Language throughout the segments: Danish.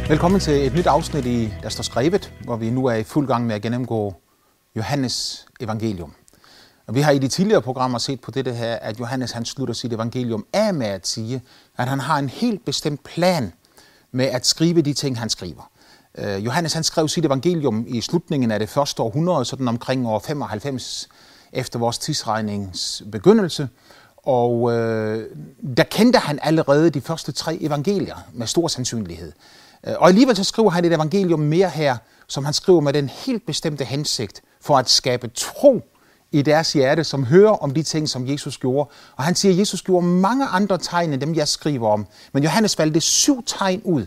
Velkommen til et nyt afsnit i Der står skrevet, hvor vi nu er i fuld gang med at gennemgå Johannes evangelium. Og vi har i de tidligere programmer set på dette her, at Johannes han slutter sit evangelium af med at sige, at han har en helt bestemt plan med at skrive de ting, han skriver. Johannes han skrev sit evangelium i slutningen af det første århundrede, sådan omkring år 95 efter vores tidsregnings begyndelse. Og der kendte han allerede de første 3 evangelier med stor sandsynlighed. Og alligevel så skriver han et evangelium mere her, som han skriver med den helt bestemte hensigt for at skabe tro i deres hjerte, som hører om de ting, som Jesus gjorde. Og han siger, at Jesus gjorde mange andre tegn end dem, jeg skriver om. Men Johannes valgte 7 tegn ud.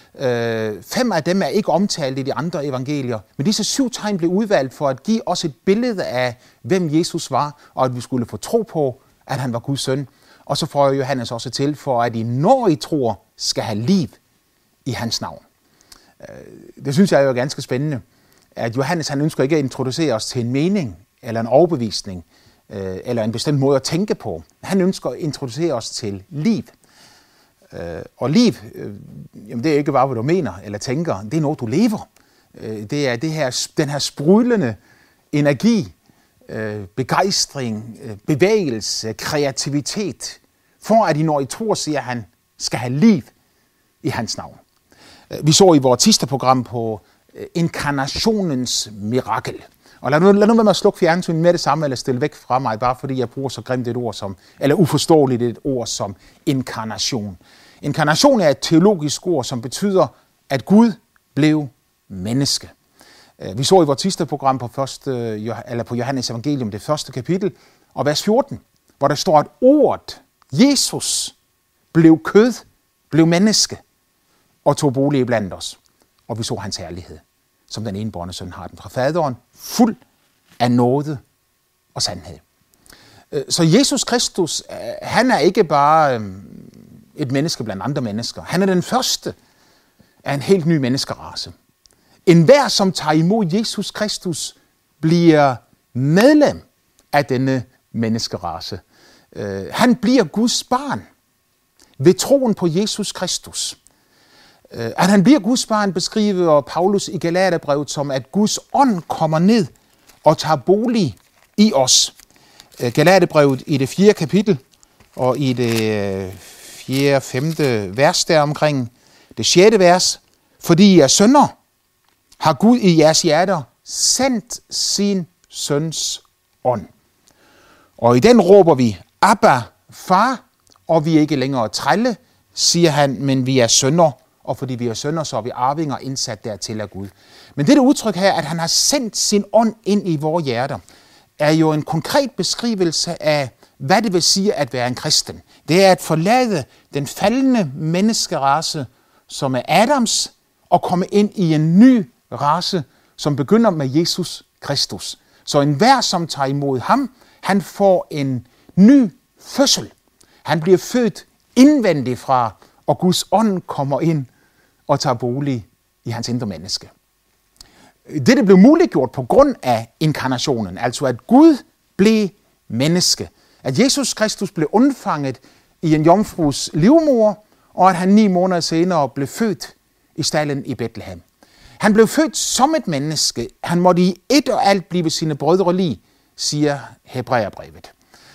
5 af dem er ikke omtalt i de andre evangelier. Men disse 7 tegn blev udvalgt for at give os et billede af, hvem Jesus var, og at vi skulle få tro på, at han var Guds søn. Og så får Johannes også til, for at I, når I tror, skal have liv i hans navn. Det synes jeg er jo ganske spændende, at Johannes han ønsker ikke at introducere os til en mening, eller en overbevisning, eller en bestemt måde at tænke på. Han ønsker at introducere os til liv. Og liv, jamen det er ikke bare, hvad du mener eller tænker, det er noget, du lever. Det er den her sprudlende energi, begejstring, bevægelse, kreativitet, for at I, når I tror, siger han, skal have liv i hans navn. Vi så i vores sidste program på inkarnationens mirakel. Og lad nu være med at slukke fjernsynet med det samme, eller stille væk fra mig, bare fordi jeg bruger så grimt et ord som, eller uforståeligt et ord som inkarnation. Inkarnation er et teologisk ord, som betyder, at Gud blev menneske. Vi så i vores sidste program på Johannes evangelium, det første kapitel, og vers 14, hvor der står, at ordet, Jesus, blev kød, blev menneske, og tog bolig blandt os. Og vi så hans herlighed, som den enbårne søn har den fra faderen, fuld af nåde og sandhed. Så Jesus Kristus, han er ikke bare et menneske blandt andre mennesker. Han er den første af en helt ny menneskerace. Enhver, som tager imod Jesus Kristus, bliver medlem af denne menneskerace. Han bliver Guds barn ved troen på Jesus Kristus. At han bliver Guds barn beskriver Paulus i Galaterbrevet som, at Guds ånd kommer ned og tager bolig i os. Galaterbrevet i det 4. kapitel og i det 4. 5. vers der omkring det 6. vers. Fordi I er sønner, har Gud i jeres hjerter sendt sin søns ånd. Og i den råber vi, Abba, far, og vi er ikke længere trælle, siger han, men vi er sønner. Og fordi vi er sønner, så er vi arvinger indsat dertil af Gud. Men dette udtryk her, at han har sendt sin ånd ind i vores hjerter, er jo en konkret beskrivelse af, hvad det vil sige at være en kristen. Det er at forlade den faldende menneskerace, som er Adams, og komme ind i en ny race, som begynder med Jesus Kristus. Så enhver, som tager imod ham, han får en ny fødsel. Han bliver født indvendigt fra, og Guds ånd kommer ind og tager bolig i hans indre menneske. Dette blev muliggjort på grund af inkarnationen, altså at Gud blev menneske. At Jesus Kristus blev undfanget i en jomfrus livmor, og at han 9 måneder senere blev født i stalden i Bethlehem. Han blev født som et menneske. Han måtte i et og alt blive sine brødre lig, siger Hebræerbrevet.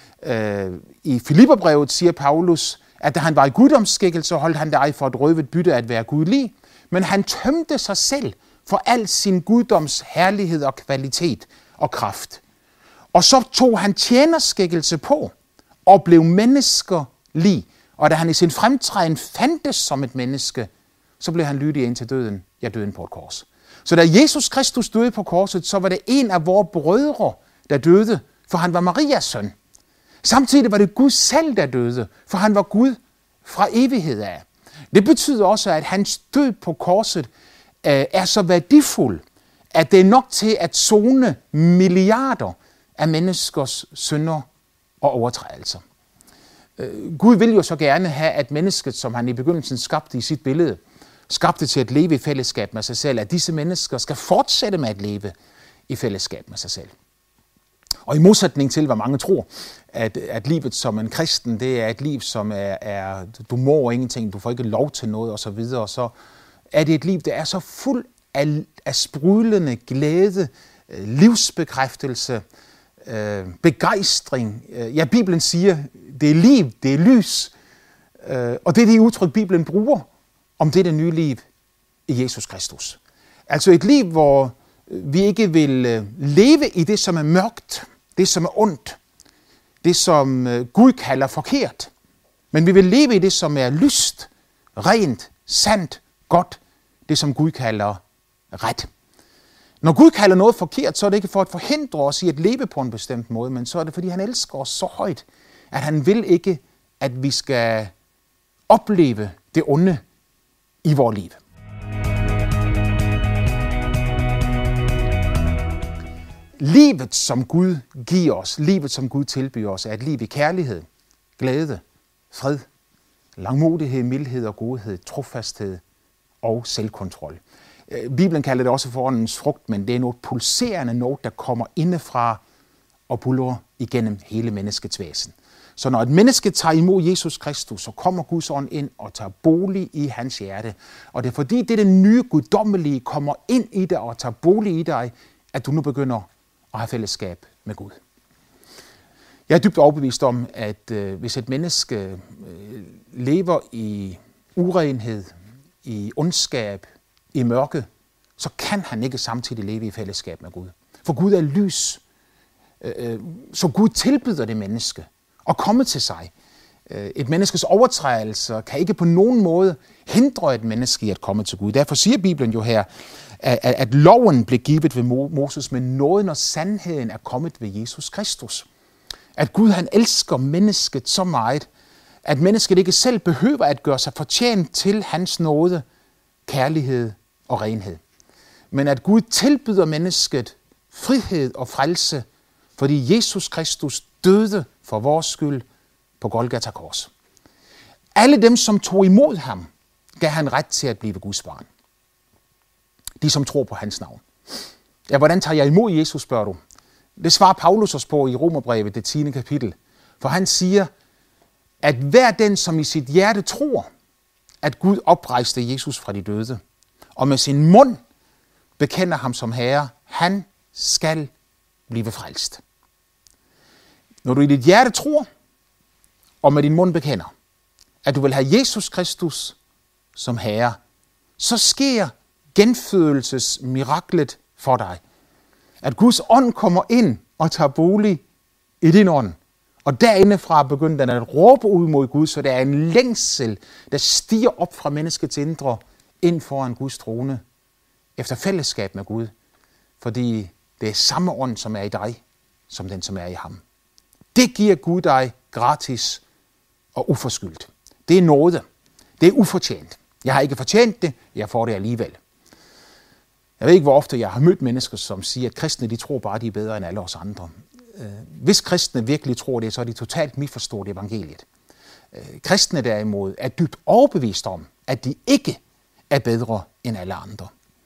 I Filipperbrevet siger Paulus, at da han var i guddomsskikkelse, holdt han det ej for et røvet bytte at være gudlig, men han tømte sig selv for al sin guddoms herlighed og kvalitet og kraft. Og så tog han tjenerskikkelse på og blev menneskelig, og da han i sin fremtræden fandtes som et menneske, så blev han lydig indtil døden, døden på et kors. Så da Jesus Kristus døde på korset, så var det en af vores brødre, der døde, for han var Marias søn. Samtidig var det Gud selv, der døde, for han var Gud fra evighed af. Det betyder også, at hans død på korset er så værdifuld, at det er nok til at sone milliarder af menneskers synder og overtrædelser. Gud vil jo så gerne have, at mennesket, som han i begyndelsen skabte i sit billede, skabte til at leve i fællesskab med sig selv, at disse mennesker skal fortsætte med at leve i fællesskab med sig selv. Og i modsætning til, hvad mange tror, at livet som en kristen, det er et liv, som er du må ingenting, du får ikke lov til noget osv., så Er det et liv, der er så fuld af sprudlende glæde, livsbekræftelse, begejstring? Ja, Bibelen siger, det er liv, det er lys. Og det er det udtryk, Bibelen bruger om det nye liv i Jesus Kristus. Altså et liv, hvor vi ikke vil leve i det, som er mørkt, det, som er ondt, det, som Gud kalder forkert. Men vi vil leve i det, som er lyst, rent, sandt, godt, det, som Gud kalder ret. Når Gud kalder noget forkert, så er det ikke for at forhindre os i at leve på en bestemt måde, men så er det, fordi han elsker os så højt, at han vil ikke, at vi skal opleve det onde i vores liv. Livet, som Gud giver os, livet, som Gud tilbyder os, er et liv i kærlighed, glæde, fred, langmodighed, mildhed og godhed, trofasthed og selvkontrol. Bibelen kalder det også for åndens frugt, men det er noget pulserende noget, der kommer indefra og buller igennem hele menneskets væsen. Så når et menneske tager imod Jesus Kristus, så kommer Guds ånd ind og tager bolig i hans hjerte. Og det er fordi det nye guddommelige kommer ind i dig og tager bolig i dig, at du nu begynder at have fællesskab med Gud. Jeg er dybt overbevist om, at hvis et menneske lever i urenhed, i ondskab, i mørke, så kan han ikke samtidig leve i fællesskab med Gud. For Gud er lys. Så Gud tilbyder det menneske at komme til sig. Et menneskes overtrædelser kan ikke på nogen måde hindre et menneske i at komme til Gud. Derfor siger Bibelen jo her, at loven blev givet ved Moses, men nåden og sandheden er kommet ved Jesus Kristus. At Gud han elsker mennesket så meget, at mennesket ikke selv behøver at gøre sig fortjent til hans nåde, kærlighed og renhed. Men at Gud tilbyder mennesket frihed og frelse, fordi Jesus Kristus døde for vores skyld på Golgata kors. Alle dem, som tog imod ham, gav han ret til at blive Guds barn. De, som tror på hans navn. Ja, hvordan tager jeg imod Jesus, spørger du? Det svarer Paulus os på i Romerbrevet, det 10. kapitel. For han siger, at hver den, som i sit hjerte tror, at Gud oprejste Jesus fra de døde, og med sin mund bekender ham som Herre, han skal blive frelst. Når du i dit hjerte tror, og med din mund bekender, at du vil have Jesus Kristus som Herre, så sker genfødelsesmiraklet for dig. At Guds ånd kommer ind og tager bolig i din ånd. Og derindefra begynder den at råbe ud mod Gud, så der er en længsel, der stiger op fra menneskets indre ind foran Guds trone, efter fællesskab med Gud. Fordi det er samme ånd, som er i dig, som den, som er i ham. Det giver Gud dig gratis og uforskyldt. Det er nåde. Det er ufortjent. Jeg har ikke fortjent det, jeg får det alligevel. Jeg ved ikke, hvor ofte jeg har mødt mennesker, som siger, at kristne de tror bare, de er bedre end alle os andre. Hvis kristne virkelig tror det, så er de totalt misforstået evangeliet. Kristne derimod er dybt overbevist om, at de ikke er bedre end alle andre.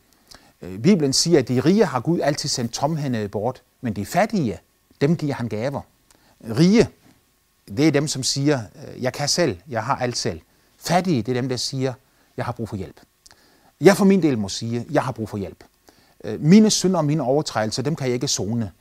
Bibelen siger, at de rige har Gud altid sendt tomhændede bort, men de fattige, dem giver han gaver. Rige, det er dem, som siger, jeg kan selv, jeg har alt selv. Fattige, det er dem, der siger, jeg har brug for hjælp. Jeg for min del må sige, jeg har brug for hjælp. Mine synder og mine overtrædelser, dem kan jeg ikke sone.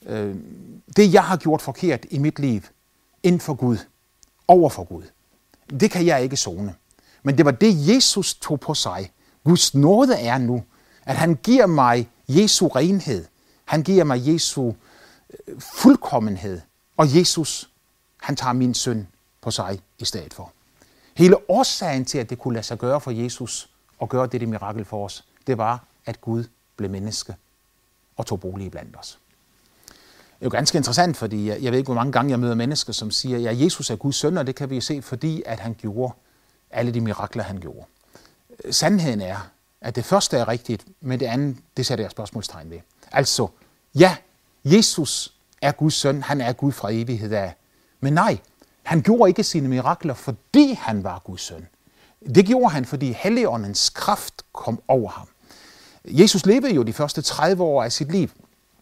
Det, jeg har gjort forkert i mit liv, inden for Gud, over for Gud, det kan jeg ikke sone. Men det var det, Jesus tog på sig. Guds nåde er nu, at han giver mig Jesu renhed. Han giver mig Jesu fuldkommenhed. Og Jesus, han tager min synd på sig i stedet for. Hele årsagen til, at det kunne lade sig gøre for Jesus og gøre dette mirakel for os, det var, at Gud blev menneske og tog bolig blandt os. Det er jo ganske interessant, fordi jeg ved ikke, hvor mange gange jeg møder mennesker, som siger, ja, Jesus er Guds søn, og det kan vi jo se, fordi at han gjorde alle de mirakler, han gjorde. Sandheden er, at det første er rigtigt, men det andet, det sætter jeg spørgsmålstegn ved. Altså, ja, Jesus er Guds søn, han er Gud fra evighed af. Men nej, han gjorde ikke sine mirakler, fordi han var Guds søn. Det gjorde han, fordi Helligåndens kraft kom over ham. Jesus levede jo de første 30 år af sit liv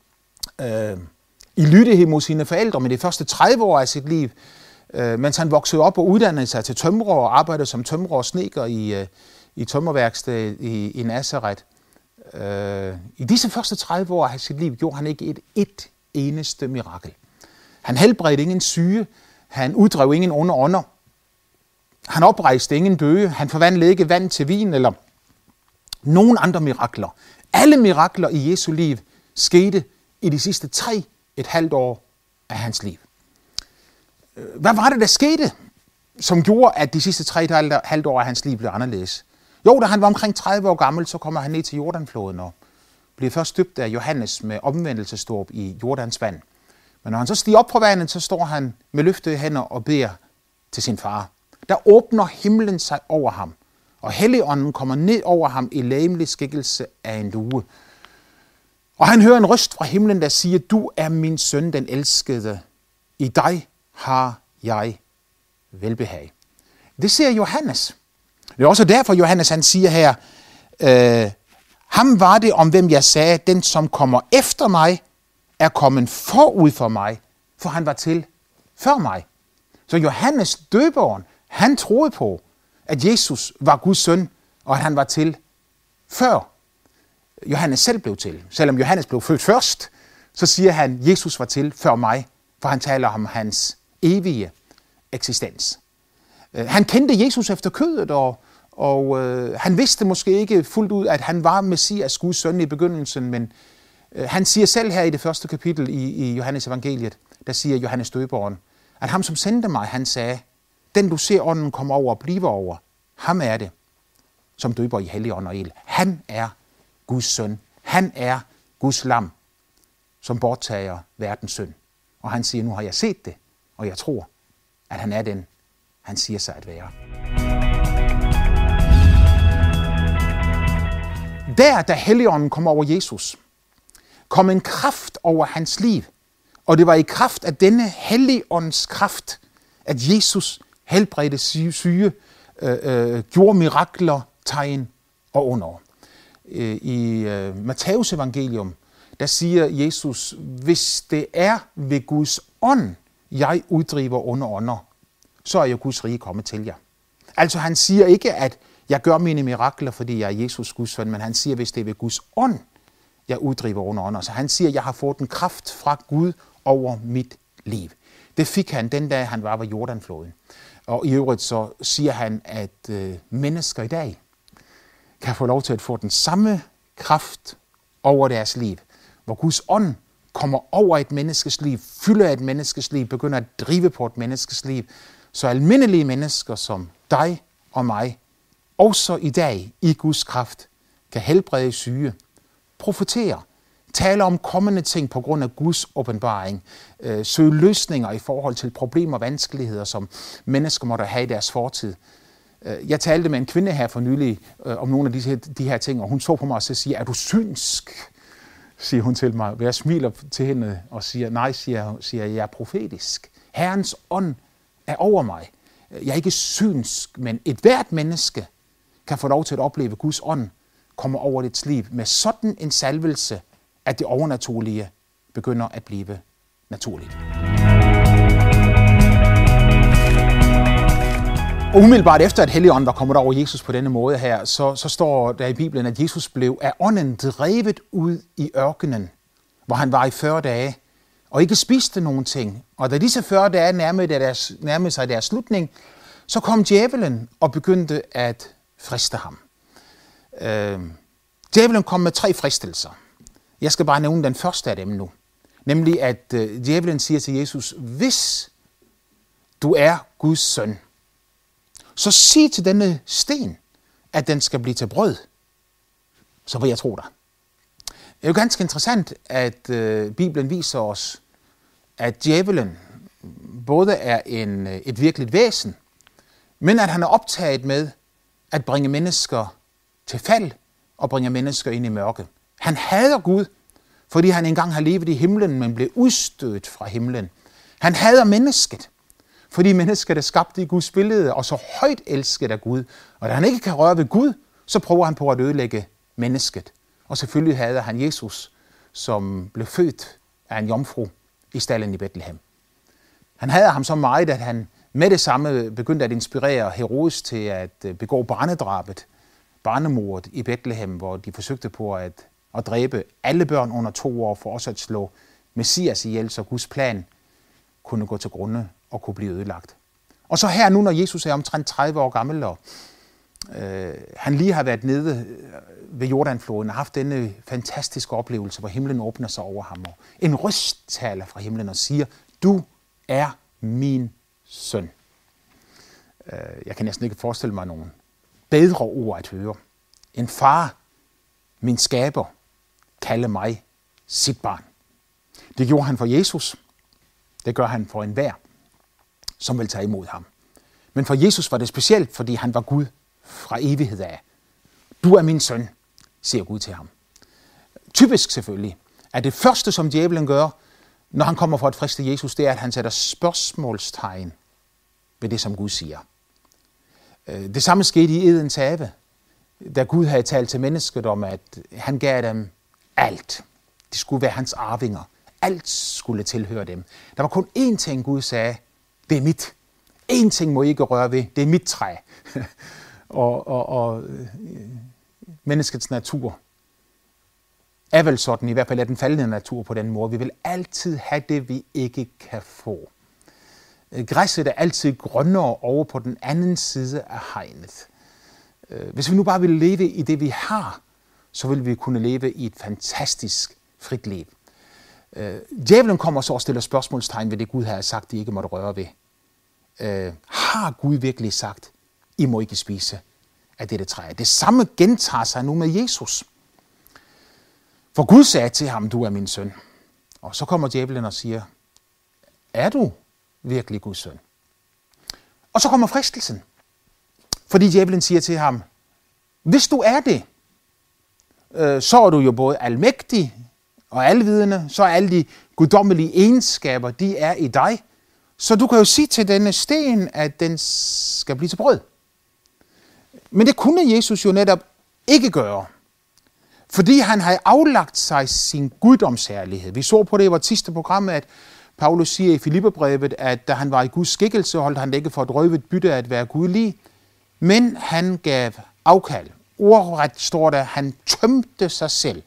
i lydighed mod sine forældre, men de første 30 år af sit liv, mens han voksede op og uddannede sig til tømrer og arbejdede som tømrer og snedker i tømmerværkstedet i Nazareth. I disse første 30 år af sit liv gjorde han ikke et eneste mirakel. Han helbredte ingen syge, han uddrev ingen onde ånder, han oprejste ingen døde, han forvandlede ikke vand til vin eller nogen andre mirakler. Alle mirakler i Jesu liv skete i de sidste 3,5 år af hans liv. Hvad var det, der skete, som gjorde, at de sidste 3,5 år af hans liv blev anderledes? Jo, da han var omkring 30 år gammel, så kommer han ned til Jordanfloden og bliver først døbt af Johannes med omvendelsesdåb i Jordans vand. Men når han så stiger op fra vandet, så står han med løftede hænder og beder til sin far. Der åbner himlen sig over ham, og Helligånden kommer ned over ham i legemlig skikkelse af en due. Og han hører en røst fra himlen, der siger, du er min søn, den elskede. I dig har jeg velbehag. Det siger Johannes. Det er også derfor, Johannes han siger her, ham var det, om hvem jeg sagde, den som kommer efter mig, er kommet forud for mig, for han var til før mig. Så Johannes døberen, han troede på, at Jesus var Guds søn, og at han var til før Johannes selv blev til. Selvom Johannes blev født først, så siger han, at Jesus var til før mig, for han taler om hans evige eksistens. Han kendte Jesus efter kødet, og han vidste måske ikke fuldt ud, at han var Messias, Guds søn i begyndelsen, men han siger selv her i det første kapitel i Johannes evangeliet, der siger Johannes døberen, at ham som sendte mig, han sagde, den du ser ånden komme over og blive over, ham er det, som døber i Helligånd og ild. Han er Guds søn. Han er Guds lam, som borttager verdens synd. Og han siger, nu har jeg set det, og jeg tror, at han er den, han siger sig at være. Da Helligånden kom over Jesus, kom en kraft over hans liv. Og det var i kraft af denne Helligåndens kraft, at Jesus helbredte syge, gjorde mirakler, tegn og under. I Matthæus evangelium, der siger Jesus, hvis det er ved Guds ånd, jeg uddriver onde ånder, så er jo Guds rige kommet til jer. Altså han siger ikke, at jeg gør mine mirakler, fordi jeg er Jesus Guds søn, men han siger, hvis det er ved Guds ånd, jeg uddriver onde ånder. Så han siger, jeg har fået en kraft fra Gud over mit liv. Det fik han den dag, han var ved Jordanfloden. Og i øvrigt så siger han, at mennesker i dag kan få lov til at få den samme kraft over deres liv, hvor Guds ånd kommer over et menneskes liv, fylder et menneskes liv, begynder at drive på et menneskes liv, så almindelige mennesker som dig og mig, også i dag i Guds kraft, kan helbrede syge, profetere, tale om kommende ting på grund af Guds åbenbaring, søge løsninger i forhold til problemer og vanskeligheder, som mennesker måtte have i deres fortid. Jeg talte med en kvinde her for nylig om nogle af de her ting, og hun så på mig og så siger, er du synsk? Siger hun til mig. Jeg smiler til hende og siger, nej, siger jeg er profetisk. Herrens ånd er over mig. Jeg er ikke synsk, men et hvert menneske kan få lov til at opleve Guds ånd kommer over dit liv med sådan en salvelse, at det overnaturlige begynder at blive naturligt. Og umiddelbart efter, at Helligånden var kommet over Jesus på denne måde her, så står der i Bibelen, at Jesus blev af ånden drevet ud i ørkenen, hvor han var i 40 dage, og ikke spiste nogen ting. Og da disse 40 dage nærmede sig deres slutning, så kom djævelen og begyndte at friste ham. Djævelen kom med 3 fristelser. Jeg skal bare nævne den første af dem nu. Nemlig at djævelen siger til Jesus, hvis du er Guds søn, så sig til denne sten, at den skal blive til brød. Så vil jeg tro dig. Det er jo ganske interessant, at Bibelen viser os, at djævelen både er et virkeligt væsen, men at han er optaget med at bringe mennesker til fald og bringe mennesker ind i mørke. Han hader Gud, fordi han engang har levet i himlen, men blev udstødt fra himlen. Han hader mennesket, fordi mennesket er skabt i Guds billede og så højt elsket af Gud. Og da han ikke kan røre ved Gud, så prøver han på at ødelægge mennesket. Og selvfølgelig hader han Jesus, som blev født af en jomfru i stalden i Bethlehem. Han hader ham så meget, at han med det samme begyndte at inspirere Herodes til at begå barnedrabet barnemordet i Bethlehem, hvor de forsøgte på at dræbe alle børn under 2 år for også at slå Messias ihjel, så Guds plan kunne gå til grunde og kunne blive ødelagt. Og så her nu, når Jesus er omtrent 30 år gammel, og han lige har været nede ved Jordanfloden og haft denne fantastiske oplevelse, hvor himlen åbner sig over ham, og en røst taler fra himlen og siger, du er min søn. Jeg kan næsten ikke forestille mig nogen bedre ord at høre. En far, min skaber, kalder mig sit barn. Det gjorde han for Jesus. Det gør han for enhver, som vil tage imod ham. Men for Jesus var det specielt, fordi han var Gud fra evighed af. Du er min søn, siger Gud til ham. Typisk selvfølgelig, at det første, som djævlen gør, når han kommer for at friste Jesus, det er, at han sætter spørgsmålstegn ved det, som Gud siger. Det samme skete i Edens have, da Gud havde talt til mennesket om, at han gav dem alt. De skulle være hans arvinger. Alt skulle tilhøre dem. Der var kun én ting, Gud sagde, det er mit. Én ting må I ikke røre ved, det er mit træ. og menneskets natur er vel sådan, i hvert fald er den faldende natur på den måde. Vi vil altid have det, vi ikke kan få. Græsset er altid grønnere over på den anden side af hegnet. Hvis vi nu bare vil leve i det, vi har, så vil vi kunne leve i et fantastisk frit liv. Djævlen kommer så og stiller spørgsmålstegn ved det, Gud har sagt, de ikke måtte røre ved. Har Gud virkelig sagt, I må ikke spise af dette træ? Det samme gentager sig nu med Jesus. For Gud sagde til ham, du er min søn. Og så kommer djævlen og siger, er du virkelig Guds søn? Og så kommer fristelsen. Fordi djævlen siger til ham, hvis du er det, så er du jo både almægtig og alvidende, så er alle de guddommelige egenskaber, de er i dig. Så du kan jo sige til denne sten, at den skal blive til brød. Men det kunne Jesus jo netop ikke gøre, fordi han havde aflagt sig sin guddomsherlighed. Vi så på det i vores sidste program, at Paulus siger i Filipperbrevet, at da han var i Guds skikkelse, holdt han det ikke for et røvet bytte at være gudlig, men han gav afkald. Ordret står der, han tømte sig selv.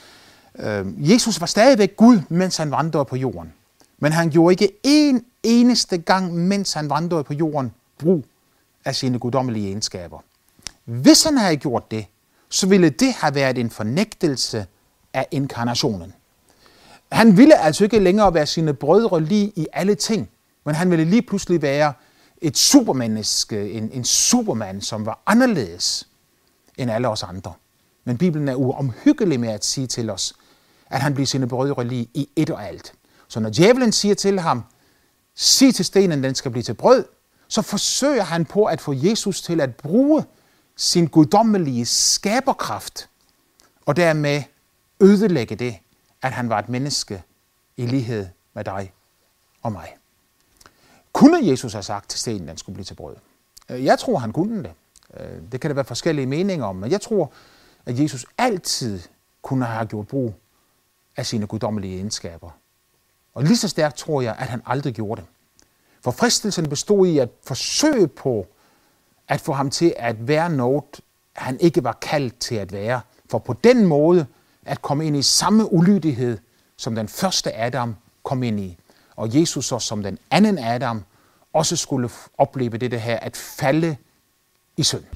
Jesus var stadigvæk Gud, mens han vandrede på jorden. Men han gjorde ikke en eneste gang, mens han vandrede på jorden, brug af sine guddommelige egenskaber. Hvis han havde gjort det, så ville det have været en fornægtelse af inkarnationen. Han ville altså ikke længere være sine brødre lige i alle ting, men han ville lige pludselig være et supermenneske, en supermand, som var anderledes end alle os andre. Men Bibelen er uomhyggelig med at sige til os, at han bliver sine brødre lige i et og alt. Så når djævlen siger til ham, sig til stenen, den skal blive til brød, så forsøger han på at få Jesus til at bruge sin guddommelige skaberkraft, og dermed ødelægge det, at han var et menneske i lighed med dig og mig. Kunne Jesus have sagt til stenen, den skulle blive til brød? Jeg tror, han kunne det. Det kan der være forskellige meninger om, men jeg tror, at Jesus altid kunne have gjort brug af sine guddommelige egenskaber. Og lige så stærkt tror jeg, at han aldrig gjorde det. For fristelsen bestod i at forsøge på at få ham til at være noget, han ikke var kaldt til at være. For på den måde at komme ind i samme ulydighed, som den første Adam kom ind i. Og Jesus så som den anden Adam også skulle opleve det her at falde i synd.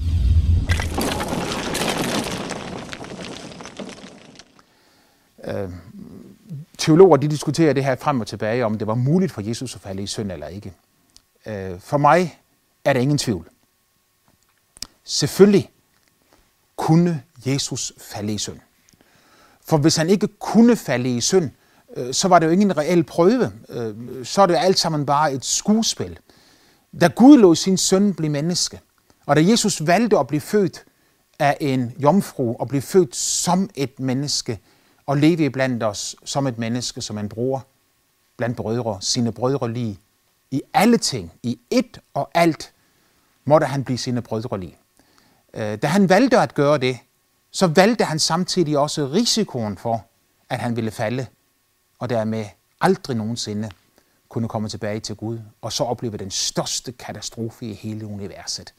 Teologer de diskuterer det her frem og tilbage, om det var muligt for Jesus at falde i synd eller ikke. For mig er der ingen tvivl. Selvfølgelig kunne Jesus falde i synd. For hvis han ikke kunne falde i synd, så var det jo ingen reel prøve. Så er det alt sammen bare et skuespil. Da Gud lod sin søn blive menneske, og da Jesus valgte at blive født af en jomfru, og blive født som et menneske, og leve blandt os som et menneske, som en bror blandt brødre, sine brødre lige. I alle ting, i et og alt, måtte han blive sine brødre lige. Da han valgte at gøre det, så valgte han samtidig også risikoen for, at han ville falde, og dermed aldrig nogensinde kunne komme tilbage til Gud, og så opleve den største katastrofe i hele universet.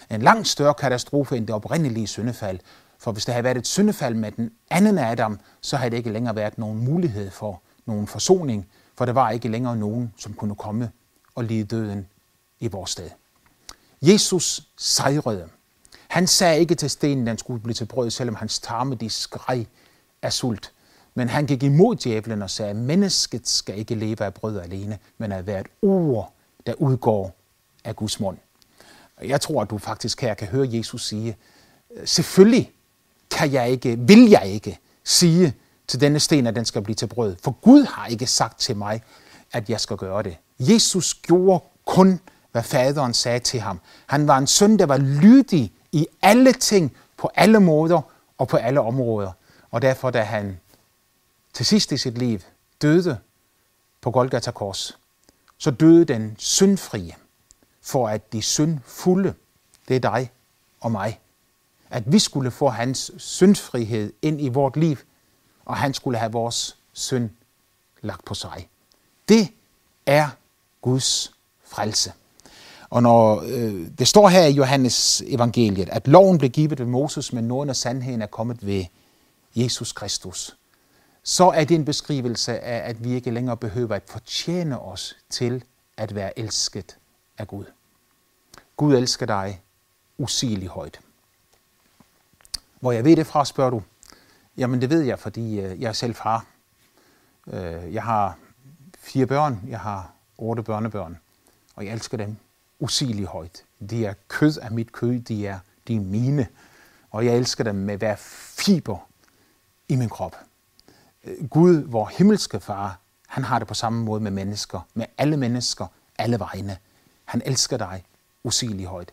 en langt større katastrofe end det oprindelige syndefald. For hvis der havde været et syndefald med den anden Adam, så havde det ikke længere været nogen mulighed for nogen forsoning, for der var ikke længere nogen, som kunne komme og lide døden i vores sted. Jesus sejrede. Han sagde ikke til stenen, den skulle blive til brød, selvom hans tarme de skreg af sult. Men han gik imod djævlen og sagde, at mennesket skal ikke leve af brød alene, men af hvert ord, der udgår af Guds mund. Jeg tror, at du faktisk her kan høre Jesus sige, selvfølgelig vil jeg ikke sige til denne sten, at den skal blive til brød. For Gud har ikke sagt til mig, at jeg skal gøre det. Jesus gjorde kun, hvad faderen sagde til ham. Han var en søn, der var lydig i alle ting, på alle måder og på alle områder. Og derfor, da han til sidst i sit liv døde på Golgata Kors, så døde den syndfrie, for at de syndfulde, det er dig og mig, at vi skulle få hans syndfrihed ind i vort liv, og han skulle have vores synd lagt på sig. Det er Guds frelse. Og når det står her i Johannes evangeliet, at loven blev givet ved Moses, men nåden og sandheden er kommet ved Jesus Kristus, så er det en beskrivelse af, at vi ikke længere behøver at fortjene os til at være elsket af Gud. Gud elsker dig usigeligt højt. Hvor jeg ved det fra, spørger du. Jamen det ved jeg, fordi jeg er selv far. Jeg har 4 børn, jeg har 8 børnebørn, og jeg elsker dem usigeligt højt. De er kød af mit kød, de er mine, og jeg elsker dem med hver fiber i min krop. Gud, vor himmelske far, han har det på samme måde med mennesker, alle vegne. Han elsker dig usigeligt højt.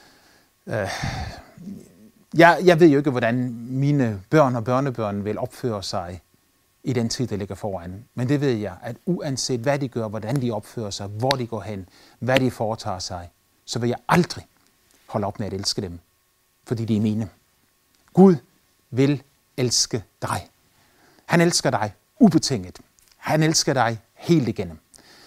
Jeg ved jo ikke, hvordan mine børn og børnebørn vil opføre sig i den tid, der ligger foran. Men det ved jeg, at uanset hvad de gør, hvordan de opfører sig, hvor de går hen, hvad de foretager sig, så vil jeg aldrig holde op med at elske dem, fordi de er mine. Gud vil elske dig. Han elsker dig ubetinget. Han elsker dig helt igennem.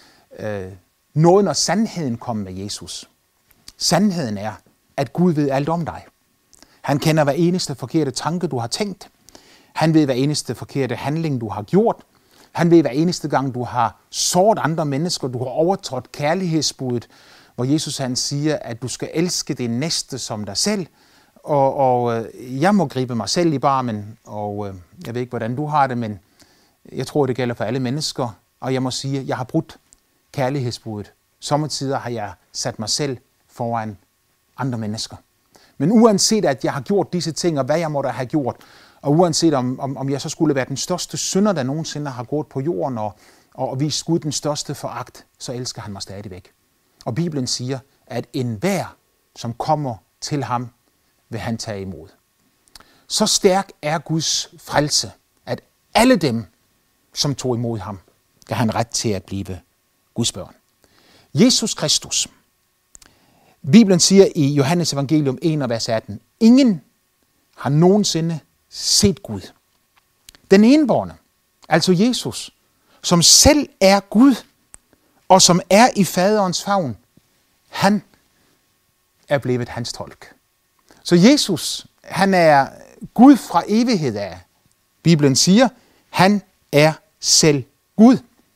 Nåden og sandheden kom med Jesus. Sandheden er, at Gud ved alt om dig. Han kender hver eneste forkerte tanke, du har tænkt. Han ved hver eneste forkerte handling, du har gjort. Han ved hver eneste gang, du har såret andre mennesker, du har overtrådt kærlighedsbuddet, hvor Jesus han siger, at du skal elske din næste som dig selv. Og jeg må gribe mig selv i barmen, og jeg ved ikke, hvordan du har det, men jeg tror, det gælder for alle mennesker. Og jeg må sige, at jeg har brudt kærlighedsbuddet. Sommetider har jeg sat mig selv foran andre mennesker. Men uanset at jeg har gjort disse ting, og hvad jeg måtte have gjort, og uanset om jeg så skulle være den største synder, der nogensinde har gået på jorden, og vist Gud den største foragt, så elsker han mig stadigvæk. Og Bibelen siger, at enhver, som kommer til ham, vil han tage imod. Så stærk er Guds frelse, at alle dem, som tog imod ham, gav han ret til at blive Guds børn. Jesus Kristus. Bibelen siger i Johannes evangelium 1, vers 18, ingen har nogensinde set Gud. Den enbårne, altså Jesus, som selv er Gud, og som er i faderens favn, han er blevet hans tolk. Så Jesus, han er Gud fra evighed af. Bibelen siger, han er selv Gud.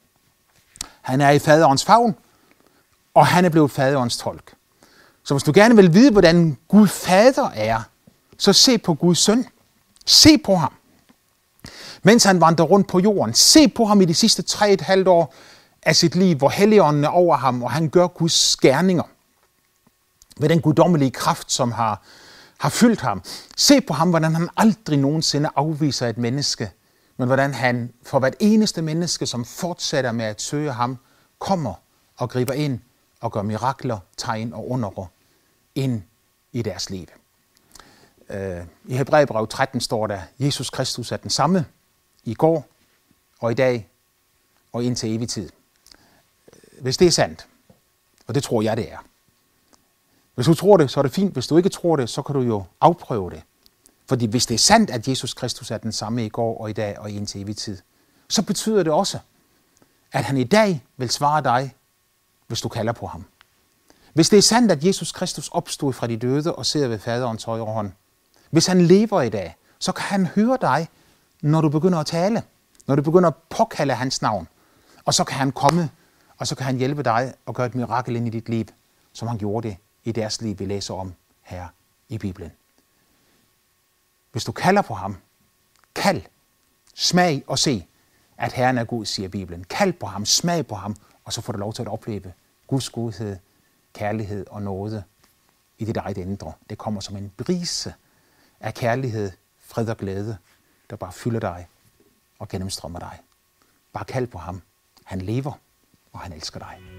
Han er i faderens favn, og han er blevet faderens tolk. Så hvis du gerne vil vide, hvordan Gud fader er, så se på Guds søn. Se på ham. Mens han vandrer rundt på jorden. Se på ham i de sidste 3,5 år af sit liv, hvor Helligånden er over ham, og han gør Guds gerninger. Ved den guddommelige kraft, som har fyldt ham. Se på ham, hvordan han aldrig nogensinde afviser et menneske, men hvordan han for hvert eneste menneske, som fortsætter med at søge ham, kommer og griber ind og gør mirakler, tegn og underer ind i deres liv. I Hebræerbrevet 13 står der, Jesus Kristus er den samme i går og i dag og indtil evig tid. Hvis det er sandt, og det tror jeg det er. Hvis du tror det, så er det fint. Hvis du ikke tror det, så kan du jo afprøve det. Fordi hvis det er sandt, at Jesus Kristus er den samme i går og i dag og indtil evig tid, så betyder det også, at han i dag vil svare dig, hvis du kalder på ham. Hvis det er sandt, at Jesus Kristus opstod fra de døde og sidder ved faderens højre hånd, hvis han lever i dag, så kan han høre dig, når du begynder at tale, når du begynder at påkalde hans navn. Og så kan han komme, og så kan han hjælpe dig og gøre et mirakel ind i dit liv, som han gjorde det i deres liv, vi læser om her i Bibelen. Hvis du kalder på ham, kald, smag og se, at Herren er god, siger Bibelen. Kald på ham, smag på ham, og så får du lov til at opleve Guds godhed, kærlighed og nåde i dit eget indre. Det kommer som en brise af kærlighed, fred og glæde, der bare fylder dig og gennemstrømmer dig. Bare kald på ham. Han lever, og han elsker dig.